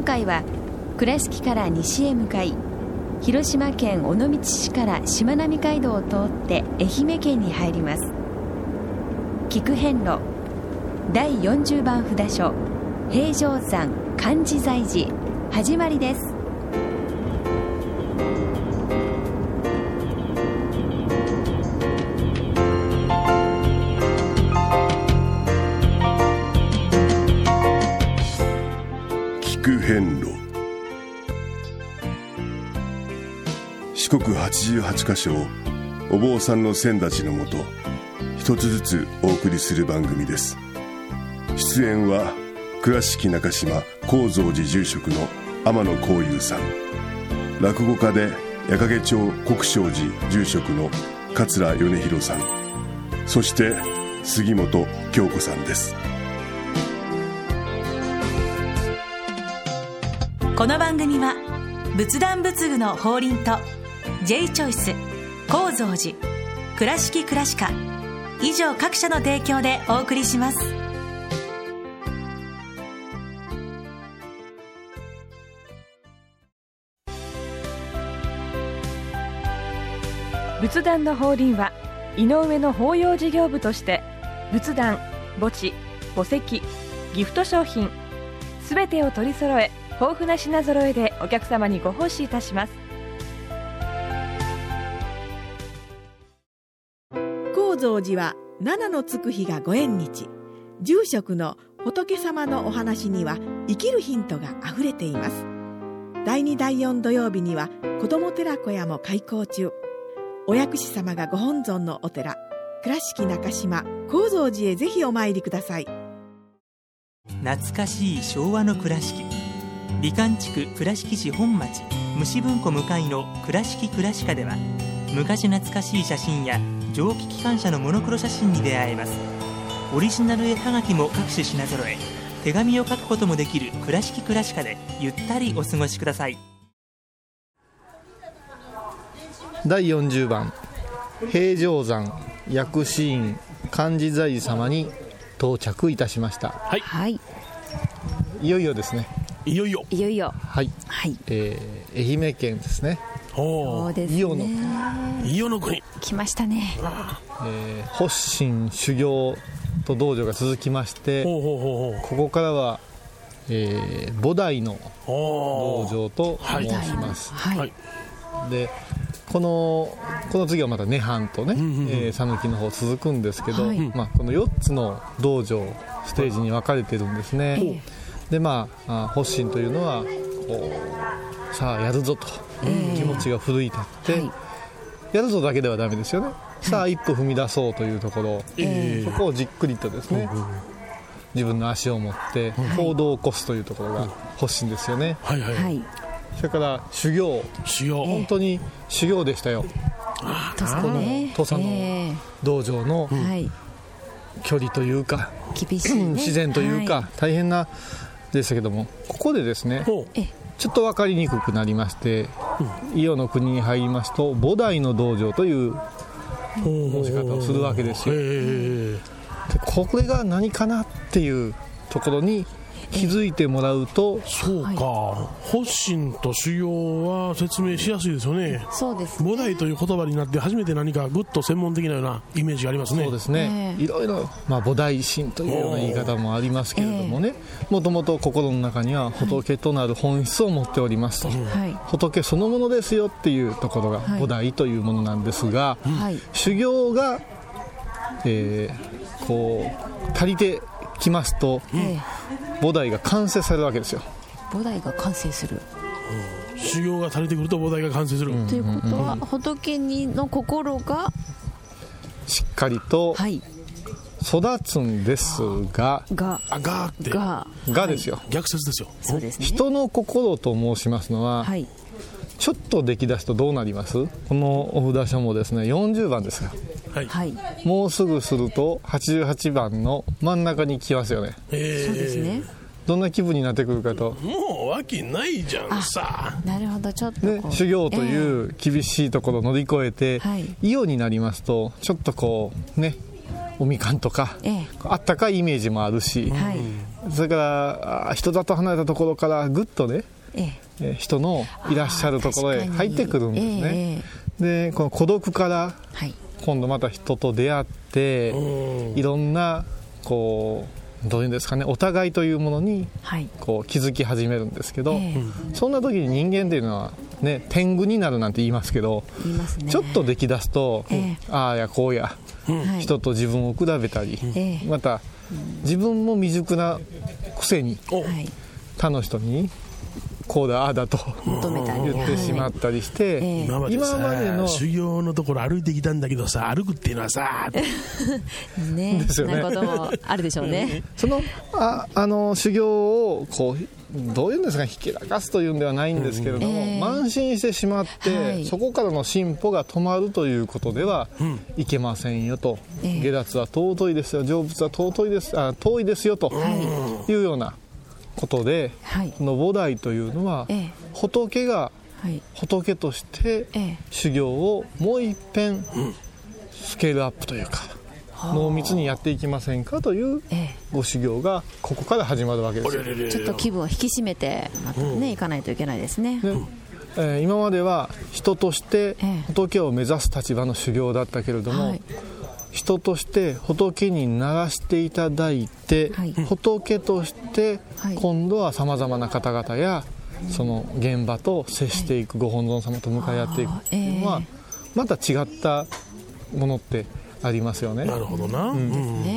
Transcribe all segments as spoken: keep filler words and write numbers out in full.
回は倉敷から西へ向かい、広島県尾道市からしまなみ海道を通って愛媛県に入ります。菊遍路だいよんじゅうばん札所平城山漢字財寺始まりです。 菊遍路、四国はちじゅうはちカ所をお坊さんの先立ちのもと一つずつお送りする番組です。出演は倉敷中島・高蔵寺住職の天野幸雄さん、落語家で矢掛町国生寺住職の桂米広さん、そして杉本京子さんです。 この番組は仏壇仏具の法輪と J チョイス、高蔵寺、倉敷倉歯科以上各社の提供でお送りします。 仏壇の法輪は井上の法要事業部として仏壇、墓地、墓石、ギフト商品すべてを取り揃え、豊富な品揃えでお客様にご奉仕いたします。 高蔵寺は七のつく日がご縁日。住職の仏様のお話には生きるヒントがあふれています。だいにだいよん土曜日には子ども寺小屋も開校中。お薬師様がご本尊のお寺、倉敷中島・高蔵寺へぜひお参りください。 懐かしい昭和の倉敷、美観地区倉敷市本町虫文庫向かいの倉敷倉歯科では、昔懐かしい写真や蒸気機関車のモノクロ写真に出会えます。オリジナル絵はがきも各種品揃え、手紙を書くこともできる倉敷倉歯科でゆったりお過ごしください。 だいよんじゅうばん平城山薬師院漢字財様に到着いたしました。 はい、 はい、 いよいよですね。 いよいよいよいよ、 はい、 はい、 えー、愛媛県ですね。 そうですね、 伊予の伊予の国来ましたね。 えー、発心修行と道場が続きまして、 ほうほうほうほう、 ここからは、えー、菩提の道場と申します。 はい、はい、 でこのこの次はまた涅槃とね、 うんうんうん、 えー、讃岐の方続くんですけど、 はい、 まあ、このよっつの道場ステージに分かれてるんですね。えー、でまあ発心というのはこうさあやるぞと、えー、気持ちが奮い立って、はい、やるぞだけではダメですよね。さあ一歩踏み出そうというところ、えー、そこをじっくりとですね、自分の足を持って行動を起こすというところが発心ですよね。 はいはいはい、 それから修行、 修行本当に修行でしたよ。 土佐ね、 土佐の道場の距離というか、 厳しいね、 自然というか、はい、大変なでしたけども、ここでですねちょっと分かりにくくなりまして、伊予の国に入りますと菩提の道場という申し方をするわけですよ。でこれが何かなっていうところに気づいてもらうと、 そうか、はい、発心と修行は説明しやすいですよね。 そうですね、 菩提という言葉になって初めて何かぐっと専門的なようなイメージがありますね。 そうですね、えー、いろいろ、まあ、菩提心というような言い方もありますけれどもね、もともと心の中には仏となる本質を持っておりますと、はい、仏そのものですよっていうところが菩提というものなんですが、はい、修行が、えー、こう足りてきますと、えー、菩提が完成されるわけですよ。 菩提が完成する、 うん、修行が足りてくると菩提が完成する、うん、 ということは、うん、仏にの心がしっかりと育つんですが、 があがってががですよ、 はい、逆説ですよ。 そうですね、 人の心と申しますのは、はい、ちょっと出来出すとどうなります？このお札書もですねよんじゅうばんですが、はい、もうすぐするとはちじゅうはちばんの真ん中に来ますよね。 えー、そうですね。 どんな気分になってくるかと、 もうわけないじゃんさ。 なるほど、ちょっと、 ね、修行という厳しいところを乗り越えて、えー、伊予になりますとちょっとこうねおみかんとか、 ええ、 あったかいイメージもあるし、 はい、 それから人里離れたところからぐっとね、 ええ人のいらっしゃるところへ入ってくるんですね、ええ、でこの孤独から今度また人と出会って、はい、いろんなこうどういうんですかね、お互いというものにこう気づき始めるんですけど、ええ、そんな時に人間っていうのはね、天狗になるなんて言いますけど、 言いますね、 ちょっと出来出すと、ええ、ああやこうや、うん、人と自分を比べたり、ええ、また自分も未熟なくせに、はい、他の人にこうだああだと言ってしまったりして、はい、 今までさ、今までの修行のところ歩いてきたんだけどさ、歩くっていうのはさね、 ですよね、 なることもあるでしょうねその あ, あの修行をこうどういうんですか、ひけらかすというんではないんですけれども、えー、慢心してしまって、はい、そこからの進歩が止まるということではいけませんよと、えー、下脱は尊いですよ、成仏は尊いですあ遠いですよというようなことで、はい、この菩提というのは、えー、仏が仏として修行をもう一遍スケールアップというか、濃密にやっていきませんかというご修行がここから始まるわけですよ。 ちょっと気分を引き締めてまたね、いかないといけないですね。 で、えー、今までは人として仏を目指す立場の修行だったけれども、はい、人として仏にならしていただいて、はい、仏として今度はさまざまな方々やその現場と接していくご本尊様と向かい合っていくというのはまた違ったものってありますよね。 なるほどな、 うん、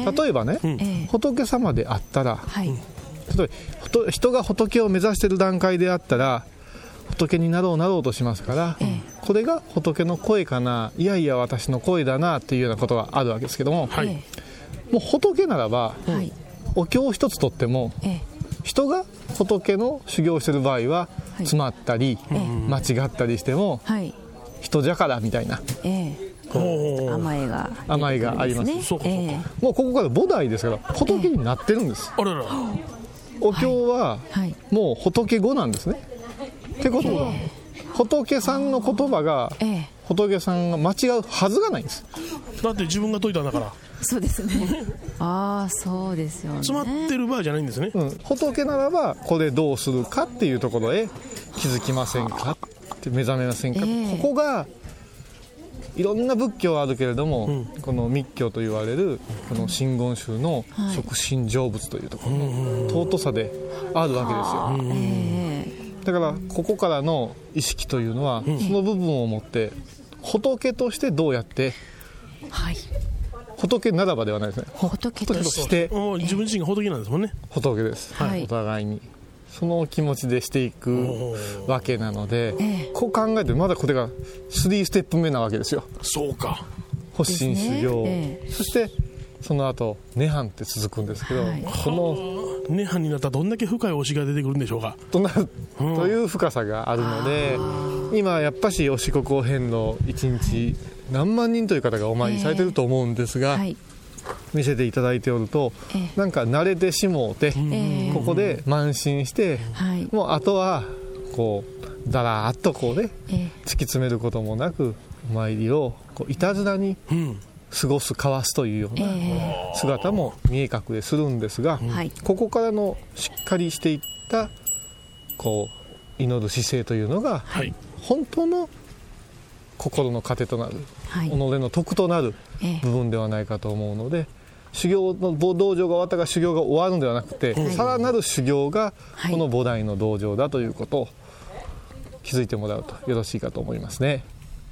例えばね、うん、仏様であったら、はい、例えば人が仏を目指している段階であったら仏になろうなろうとしますから、ええ、これが仏の声かな、いやいや私の声だなっていうようなことがあるわけですけども、はい、もう仏ならば、はい、お経一つとっても、ええ、人が仏の修行をしている場合は、はい、詰まったり、ええ、間違ったりしても、はい、人じゃからみたいな、ええ、 甘えが、 甘えがあります、 ね、そうかそうか、えー、 もうここから菩提ですから仏になってるんです、えー、あららお経はもう仏語なんですね、はい、ってことは、えー、仏さんの言葉が、えー、仏さんが間違うはずがないんです。 だって自分が説いたんだから。 そうですねああそうですよね、 詰まってる場合じゃないんですね、 うん、仏ならばこれどうするかっていうところへ気づきませんかって目覚めませんか、えー、ここがいろんな仏教はあるけれども、うん、この密教と言われるこの真言宗の即身成仏というところの尊さであるわけですよ、うん、だからここからの意識というのは、うん、その部分を持って仏としてどうやって、はい、仏ならばではないですね、 仏として自分自身が仏なんですもんね。 仏です、はい、お互いにその気持ちでしていくわけなので、ええ、こう考えてまだこれがスリーステップ目なわけですよ。 そうか、 発心修行、ねええ、そしてその後涅槃って続くんですけど、はい、この涅槃になったらどんだけ深い教えが出てくるんでしょうかとなる、うん、という深さがあるので、今やっぱしお四国お遍路いちにち何万人という方がお参りされてると思うんですが、ええはい、見せていただいておると、ええ、なんか慣れてしもうて、ええ、ここで慢心して、はい、もうあとはこうだらーっとこうね、ええ、突き詰めることもなくお参りをこういたずらに過ごす交わすというような姿も見え隠れするんですが、ええ、ここからのしっかりしていったこう祈る姿勢というのが、はい、本当の心の糧となる、はい、己の徳となる部分ではないかと思うので、ええ、修行の道場が終わったから修行が終わるんではなくて、はい、さらなる修行がこの菩提の道場だということを気づいてもらうとよろしいかと思いますね。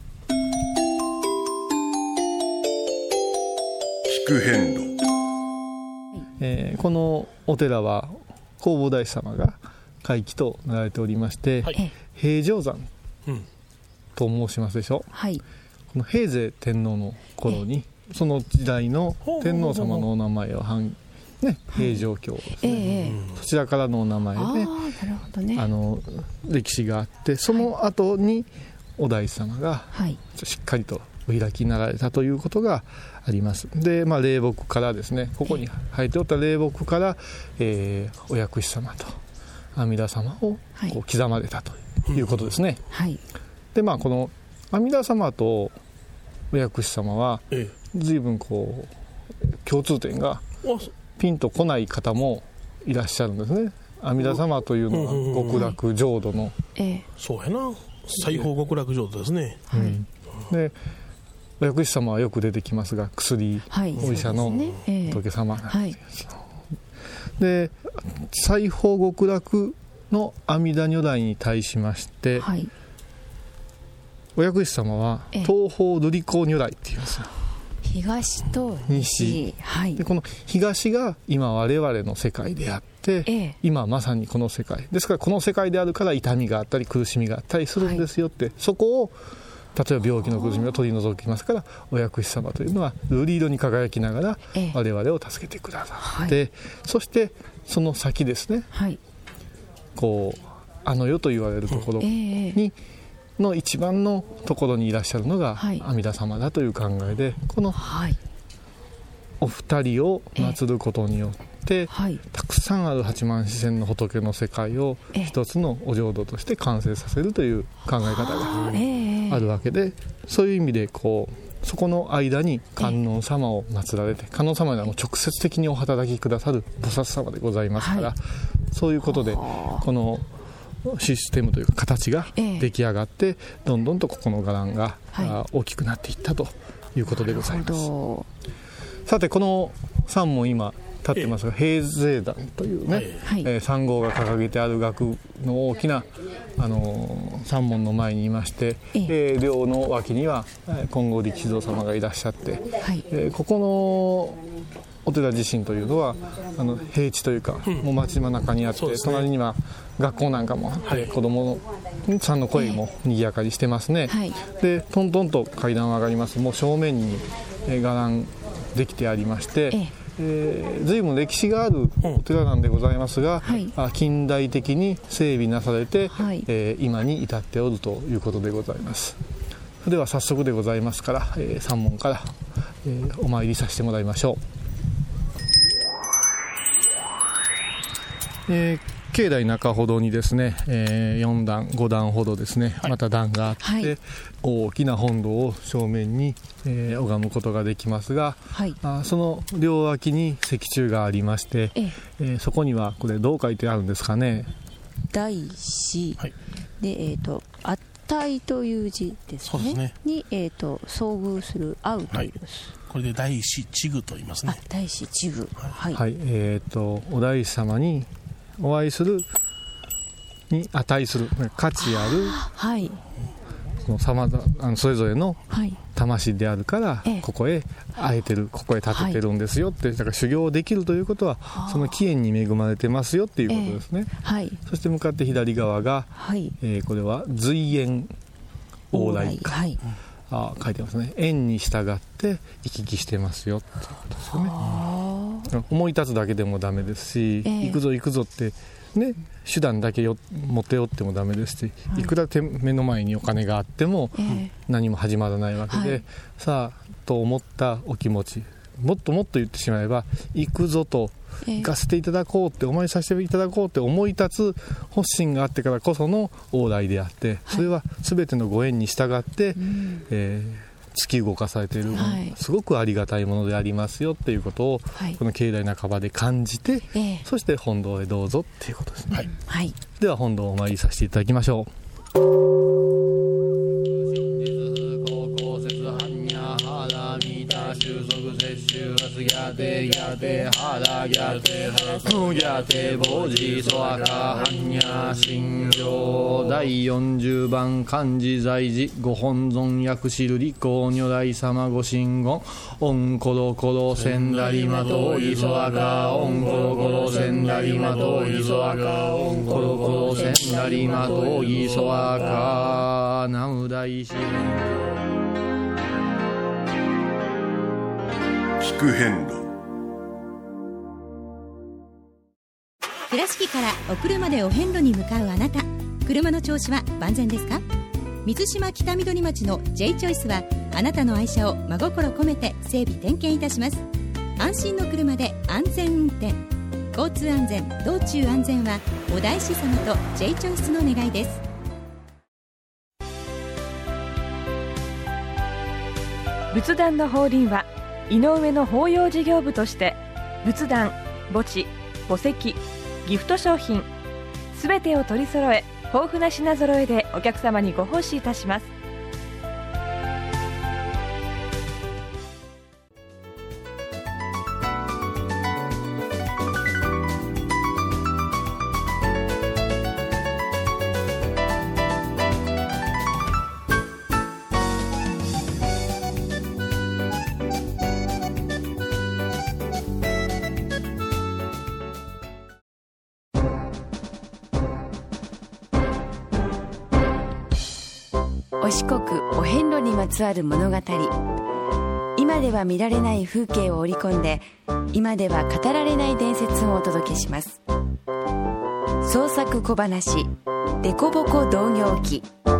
聞く遍路、 えー、このお寺は弘法大師様が開基となられておりまして、はい、平城山と申しますでしょ、はい、この平城天皇の頃にその時代の天皇様のお名前を半、ね、平城京ですね、えー、そちらからのお名前で、あ、なるほどね、あの歴史があって、その後にお大師様がしっかりとお開きになられたということがあります。で、まあ、霊木からですね、ここに生えておった霊木から、えー、お薬師様と阿弥陀様をこう刻まれたということですね、はい、で、まあ、この阿弥陀様とお薬師様は随分こう共通点がピンとこない方もいらっしゃるんですね。阿弥陀様というのは極楽浄土の、 はい、そうやな、西方極楽浄土ですね、 うん、でお薬師様はよく出てきますが薬、はい、お医者の仏様なんです、はい、で西方極楽の阿弥陀如来に対しまして、はい、お薬師様は東方瑠璃光如来っていうんですよ。 東と西、はい、でこの東が今我々の世界であって、ええ、今まさにこの世界ですから、この世界であるから痛みがあったり苦しみがあったりするんですよって、はい、そこを例えば病気の苦しみを取り除きますから、お薬師様というのは瑠璃色に輝きながら我々を助けてくださって、ええ、そしてその先ですね、はい、こうあの世と言われるところに、ええの一番のところにいらっしゃるのが阿弥陀様だという考えで、このお二人を祀ることによってたくさんある八万四千の仏の世界を一つのお浄土として完成させるという考え方があるわけで、そういう意味でこうそこの間に観音様を祀られて、観音様にはもう直接的にお働きくださる菩薩様でございますから、そういうことでこのシステムというか形が出来上がって、ええ、どんどんとここの伽藍が、はい、大きくなっていったということでございます。さてこの三門今立ってますが、ええ、平勢壇というね、はいえー、三号が掲げてある額の大きな、あのー、三門の前にいまして、えええー、両の脇には金剛力士像様がいらっしゃって、はいえー、ここのお寺自身というのはあの平地というか、うん、もう街の中にあって、ね、隣には学校なんかもあって、はい、子供のさんの声も賑やかにしてますね、はい、でトントンと階段を上がります。もう正面に伽藍できてありまして、えええー、随分歴史があるお寺なんでございますが、はい、近代的に整備なされて、はいえー、今に至っておるということでございます。それでは早速でございますから、えー、三門から、えー、お参りさせてもらいましょう。えー、境内中ほどにですね、えー、よん段ご段ほどですね、はい、また段があって、はい、大きな本堂を正面に、えー、拝むことができますが、はい、あその両脇に石柱がありまして、ええー、そこにはこれどう書いてあるんですかね。 大師、はい、で、えーと、値という字ですね。そうですね。に、えーと、遭遇する会うという、はい、 これで大師智具と言いますね。 あ、大師智具、はい、 はい、えーとお大師様にお会いするに値する価値ある、はい、その様々あのそれぞれの魂であるから、はい、ここへ会えてる、ここへ立ててるんですよって、だから修行できるということはその機縁に恵まれてますよっていうことですね、えーはい、そして向かって左側が、はいえー、これは随縁往来か、はい、あ書いてますね。縁に従って行き来してますよっていうことですよね。思い立つだけでもダメですし、えー、行くぞ行くぞってね、手段だけよ持っておってもダメですし、はい、いくら手目の前にお金があっても何も始まらないわけで、はい、さあと思ったお気持ち、もっともっと言ってしまえば行くぞと行かせていただこうって、お参りさせていただこうって思い立つ発心があってからこその往来であって、それは全てのご縁に従って、はいえー突き動かされている、はい、すごくありがたいものでありますよっていうことを、はい、この境内半ばで感じて、えー、そして本堂へどうぞっていうことですね、はいはい、では本堂をお参りさせていただきましょう。ギャテギャテハラギャテハラギャテボジソアカハンニャ心経第よんじゅうばん漢字在寺ご本尊薬師瑠璃光如来様ご神言オンコロコロセンダリマトイソアカオンコロコロセンダリマトイソアカオンコロコロセンダリマトイソアカナム大師聞く遍路。 倉敷からお車でお遍路に向かうあなた、車の調子は万全ですか？水島北緑町の J チョイスはあなたの愛車を真心込めて整備点検いたします。安心の車で安全運転、交通安全道中安全はお大師様と J チョイスの願いです。 仏壇の法輪は井上の法要事業部として仏壇、墓地、墓石、ギフト商品すべてを取り揃え、豊富な品揃えでお客様にご奉仕いたします。 お四国お遍路にまつわる物語、今では見られない風景を織り込んで、今では語られない伝説をお届けします。創作小話デコボコ同業記。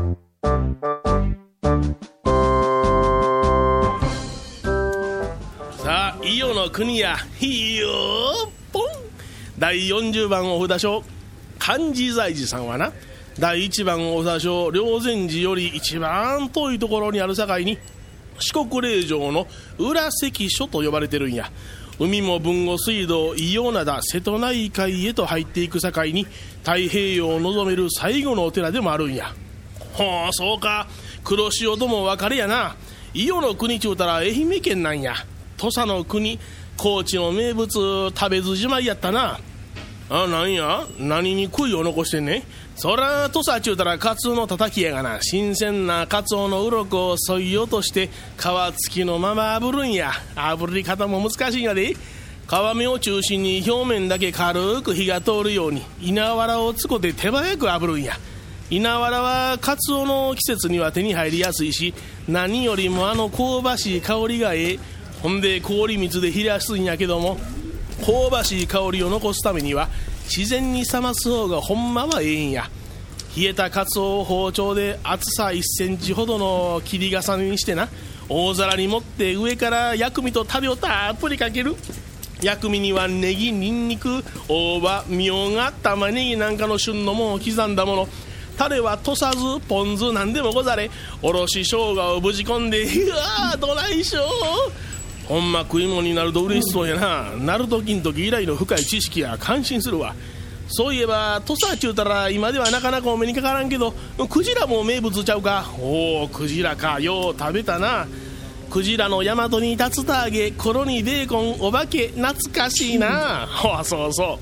さあ、伊予の国やいいよポン。だいよんじゅうばんお札所漢字財寺さんはな、だいいちばんお札所霊山寺より一番遠いところにある境に、四国霊場の裏関所と呼ばれてるんや。海も豊後水道、伊予灘、瀬戸内海へと入っていく境に、太平洋を望める最後のお寺でもあるんや。ほう、そうか、黒潮とも別れやな。伊予の国ちゅうたら愛媛県なんや。土佐の国、高知の名物食べずじまいやったな。あ、なんや、何に悔いを残してんねん。そら土佐ちゅうたらカツオのたたきやがな。新鮮なカツオの鱗をそぎ落として皮付きのまま炙るんや。炙り方も難しいんやで。皮目を中心に表面だけ軽く火が通るように稲わらを使って手早く炙るんや。稲わらはカツオの季節には手に入りやすいし、何よりもあの香ばしい香りがええ。ほんで氷水で冷やすんやけども、香ばしい香りを残すためには自然に冷ます方がほんまはええんや。冷えたカツオを包丁で厚さいっセンチほどの切り重ねにしてな、大皿に盛って上から薬味とタレをたっぷりかける。薬味にはネギ、ニンニク、大葉、みょうが、玉ねぎなんかの旬のものを刻んだもの。タレはとさずポン酢なんでもござれ。おろし生姜をぶち込んで、うわーどないしょー。ほんま食い物になると嬉しそうやな。なるときんとき以来の深い知識や感心するわ。そういえば土佐ちゅうたら今ではなかなかお目にかからんけど、クジラも名物ちゃうか。おお、クジラか、よう食べたな。クジラの大和に竜田揚げ、コロにベーコン、お化け、懐かしいな。ほそうそう、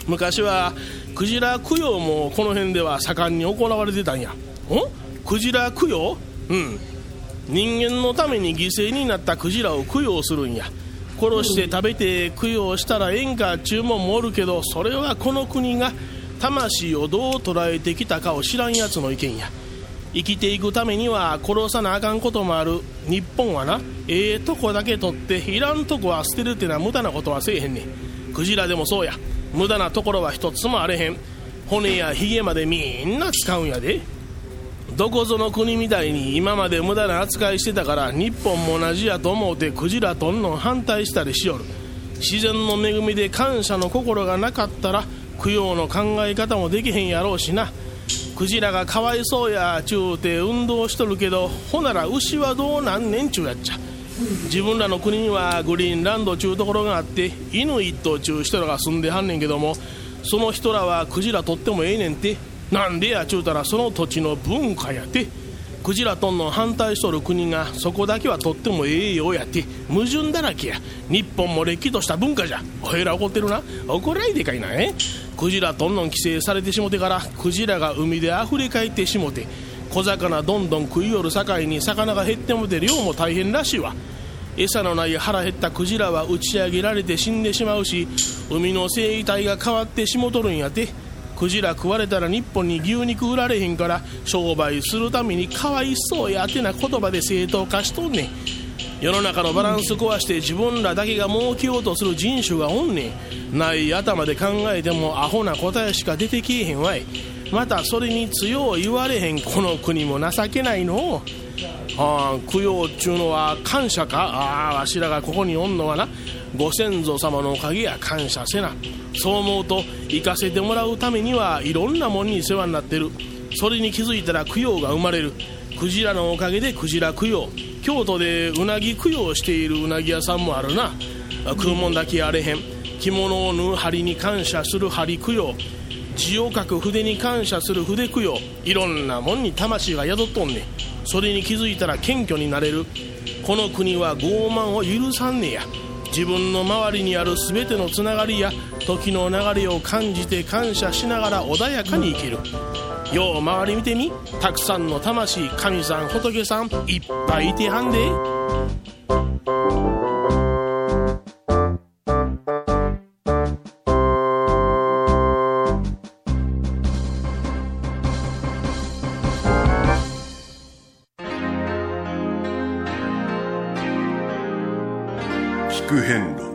昔はクジラ供養もこの辺では盛んに行われてたんや。おクジラ供養、うん、人間のために犠牲になったクジラを供養するんや。殺して食べて供養したらええんか注文もおるけど、それはこの国が魂をどう捉えてきたかを知らんやつの意見や。生きていくためには殺さなあかんこともある。日本はな、ええとこだけ取っていらんとこは捨てるってな無駄なことはせえへんねん。クジラでもそうや。無駄なところは一つもあれへん。骨やヒゲまでみんな使うんやで。どこぞの国みたいに今まで無駄な扱いしてたから日本も同じやと思うてクジラとんの反対したりしよる。自然の恵みで感謝の心がなかったら供養の考え方もできへんやろうしな。クジラがかわいそうやちゅうて運動しとるけど、ほなら牛はどうなんねんちゅうやっちゃ。自分らの国にはグリーンランドちゅうところがあって、イヌイットちゅう人らが住んではんねんけども、その人らはクジラとってもええねんて。なんでやちゅうたらその土地の文化やて。クジラとんの反対しとる国がそこだけはとってもええようやて。矛盾だらけや。日本もれっきとした文化じゃ。おいら怒ってるな。怒らいでかいな。えクジラとんのん規制されてしもてからクジラが海であふれかえってしもて、小魚どんどん食いよる境に魚が減ってもて量も大変らしいわ。餌のない腹減ったクジラは打ち上げられて死んでしまうし、海の生態が変わってしもとるんやて。クジラ食われたら日本に牛肉売られへんから商売するためにかわいそうやてな言葉で正当化しとんねん。世の中のバランス壊して自分らだけが儲けようとする人種がおんねん。ない頭で考えてもアホな答えしか出てけえへんわい。またそれに強う言われへんこの国も情けないの。ああ、供養っちゅうのは感謝か。ああ、わしらがここにおんのはな、ご先祖様のおかげや。感謝せな。そう思うと生かせてもらうためにはいろんなもんに世話になってる。それに気づいたら供養が生まれる。クジラのおかげでクジラ供養。 京都でうなぎ供養しているうなぎ屋さんもあるな。食うもんだけあれへん。着物を縫う針に感謝する針供養、字を書く筆に感謝する筆供養、いろんなもんに魂が宿っとんねん。それに気づいたら謙虚になれる。この国は傲慢を許さんねや。自分の周りにあるすべてのつながりや時の流れを感じて感謝しながら穏やかに生きる。よう周り見てみ。たくさんの魂、神さん仏さんいっぱいいてはんで。 聞く遍路。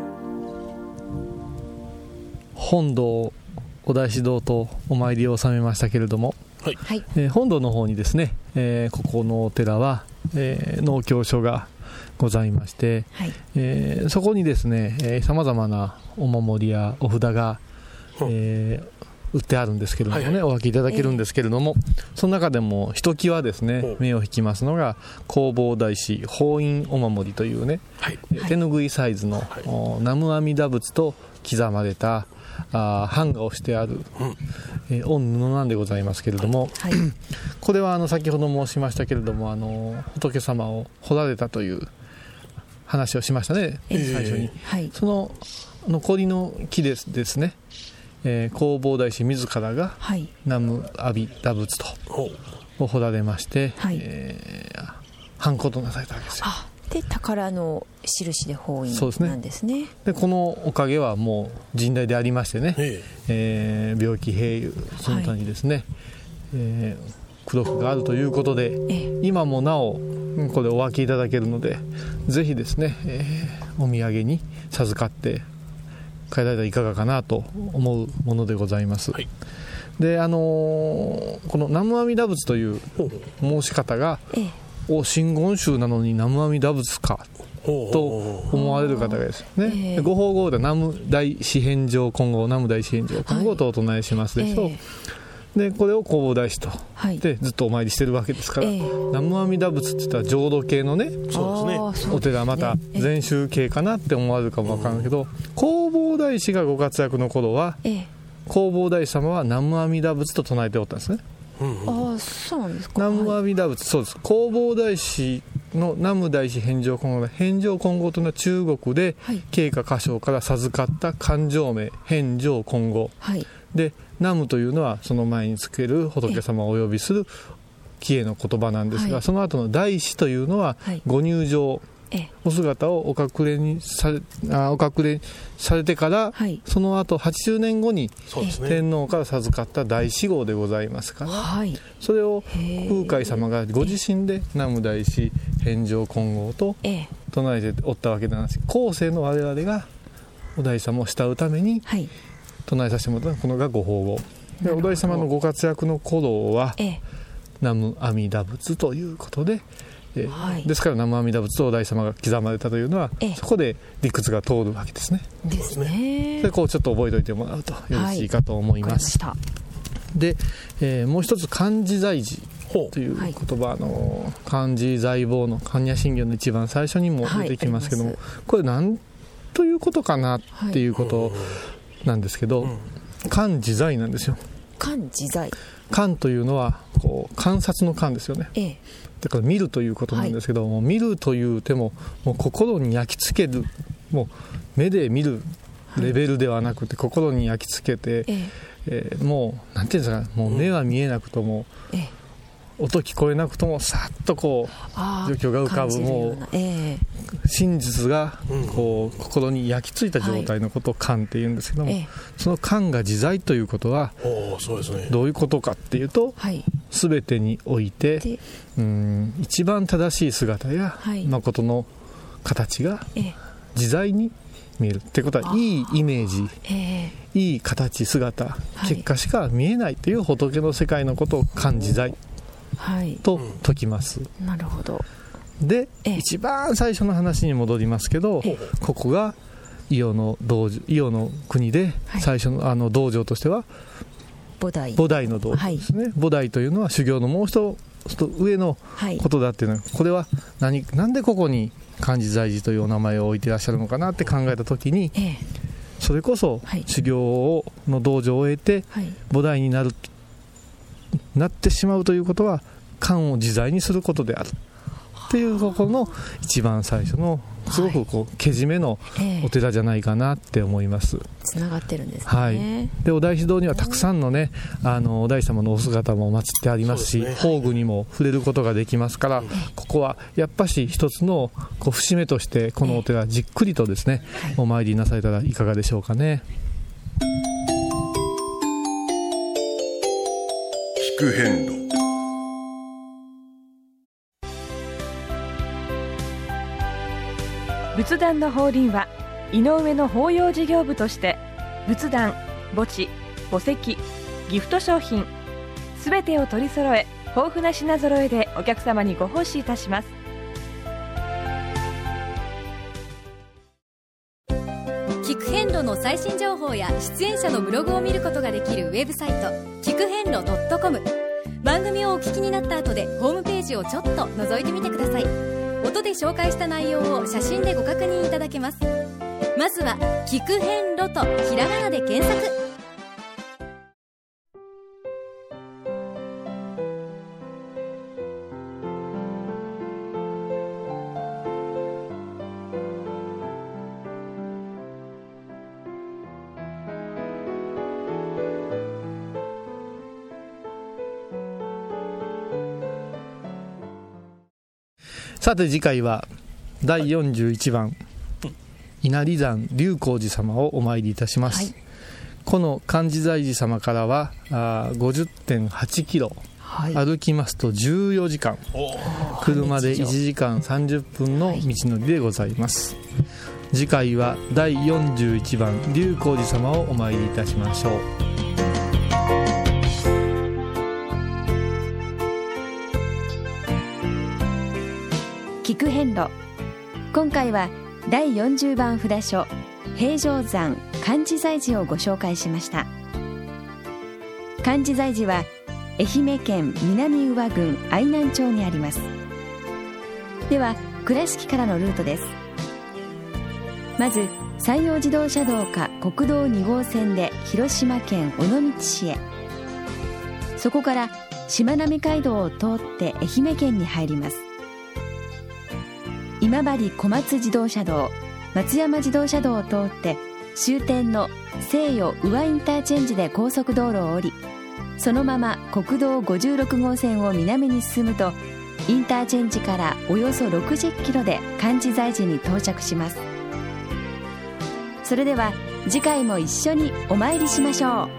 本堂お大師堂とお参りを収めましたけれども、はいえー、本堂の方にですね、えー、ここのお寺は、えー、農協所がございまして、はいえー、そこにですねさまざまなお守りやお札が、えー、売ってあるんですけれどもね、はいはい、お分けいただけるんですけれども、えー、その中でもひときわですね目を引きますのが弘法大師法印お守りというね、はい、手ぬぐいサイズの、はい、南無阿弥陀仏と刻まれたあ版画をしてある、うんえー、御布なんでございますけれども、はい、これはあの先ほど申しましたけれどもあの仏様を彫られたという話をしましたね、えー、最初に、はい、その残りの木ですですね、えー、弘法大師自らが、はい、南無阿弥陀仏とを彫られまして、はいえー、版画となされたわけですよ。 あで宝の印で法印なんですね。 でこのおかげはもう甚大でありましてね、ええー、病気併有その他にですね、はいえー、功徳があるということで、え今もなおこれお分けいただけるのでぜひですね、えー、お土産に授かって帰られたらいかがかなと思うものでございます、はい、であのー、この南無阿弥陀仏という申し方が、ええお真言宗なのに南無阿弥陀仏かと思われる方がですね、ご法号で南無大師返上金剛南無大師返上金剛とお唱えしますでしょう、はいえー、でこれを弘法大師と、はい、でずっとお参りしてるわけですから、えー、南無阿弥陀仏って言ったら浄土系のね、そうですねお寺また禅宗系かなって思われるかもわからんけど、弘法大師がご活躍の頃は、えー、弘法大師様は南無阿弥陀仏と唱えておったんですね。 ああそうなんですか。 南無阿弥陀仏、そうです。弘法大師の南無大師返上金剛、返上金剛というのは中国で慶華歌唱から授かった勘定名返上金剛、はい、で南無というのはその前につける仏様をお呼びする帰依の言葉なんですが、はい、その後の大師というのはご入場、お姿をお隠れにされ、あお隠れされてから、はい、その後はちじゅうねんごに天皇から授かった大師号でございますから、はい、それを空海様がご自身で南無大師返上金剛と唱えておったわけなんです。後世の我々がお大師様を慕うために唱えさせてもらったこのがご法号で、お大師様のご活躍の頃は南無阿弥陀仏ということで、えーはい、ですから南無阿弥陀仏とお大師様が刻まれたというのはそこで理屈が通るわけですね。 ですね。 でこうちょっと覚えておいてもらうとよろしいかと思います、はい、で、えー、もう一つ漢字財事という言葉、はい、の漢字財宝の般若心経の一番最初にも出てきますけども、はい、これ何ということかなっていうことなんですけど、はい、漢字財なんですよ。 漢字財、 漢というのはこう観察の漢ですよね、ええ、だから見るということなんですけども、はい、見るという手ももう心に焼き付ける、もう目で見るレベルではなくて、はい、心に焼き付けて、えええー、もうなんていうんですか、もう目は見えなくとも、ええ、音聞こえなくともさっとこう状況が浮かぶ、もう、えー、真実がこう、うん、心に焼き付いた状態のことを観っていうんですけども、はい、その観が自在ということは、おそうですね、どういうことかっていうと、はい、全てにおいてうん一番正しい姿や、はい、誠の形が自在に見えるってことは、いいイメージ、えー、いい形姿、はい、結果しか見えないという仏の世界のことを観自在と説きます、 うん、なるほど。 で、一番最初の話に戻りますけど、ここが伊予の道場、伊予の国で最初の、はい、あの道場としては菩提菩提の道場ですね、はい、菩提というのは修行のもう一と上のことだっていうのは、はい、これは 何, なんでここに漢字財寺というお名前を置いていらっしゃるのかなって考えたときに、ええ、それこそ修行をの道場を終えて菩提になる、なってしまうということは漢を自在にすることであるっていうところの一番最初のすごくこうけじめのお寺じゃないかなって思います。 つながってるんですね。 はい、でお大師堂にはたくさんのね、あのお大師様のお姿も祀ってありますし、ね、宝具にも触れることができますから、ここはやっぱし一つのこう節目としてこのお寺じっくりとですね、お参りなされたらいかがでしょうかね。 聞く遍路。 仏壇の法輪は井上の法要事業部として仏壇、墓地、墓石、ギフト商品すべてを取り揃え、豊富な品揃えでお客様にご奉仕いたします。 聞く遍路の最新情報や出演者のブログを見ることができるウェブサイト聞く遍路 .com。 番組をお聞きになった後でホームページをちょっと覗いてみてください。音で紹介した内容を写真でご確認いただけます。まずは聞く遍路とひらがなで検索。 さて次回はだいよんじゅういちばん稲荷山龍光寺様をお参りいたします、はい、この漢字財寺様からは ごじゅってんはちキロ、はい、歩きますとじゅうよじかん、車でいちじかんさんじゅっぷんの道のりでございます、はい、次回はだいよんじゅういちばん龍光寺様をお参りいたしましょう。 聞く遍路。今回はだいよんじゅうばん札所平城山漢字財寺をご紹介しました。漢字財寺は愛媛県南宇和郡愛南町にあります。では倉敷からのルートです。まず山陽自動車道か国道に号線で広島県尾道市へ、そこからしまなみ海道を通って愛媛県に入ります。今治小松自動車道、松山自動車道を通って終点の西予宇和インターチェンジで高速道路を降り、そのまま国道ごじゅうろく号線を南に進むと、インターチェンジからおよそろくじゅっキロで漢字財寺に到着します。それでは次回も一緒にお参りしましょう。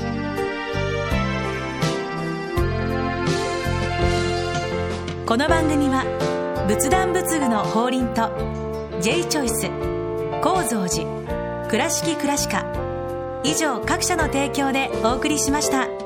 この番組は仏壇仏具の法輪と J チョイス、高蔵寺、倉敷倉歯科以上各社の提供でお送りしました。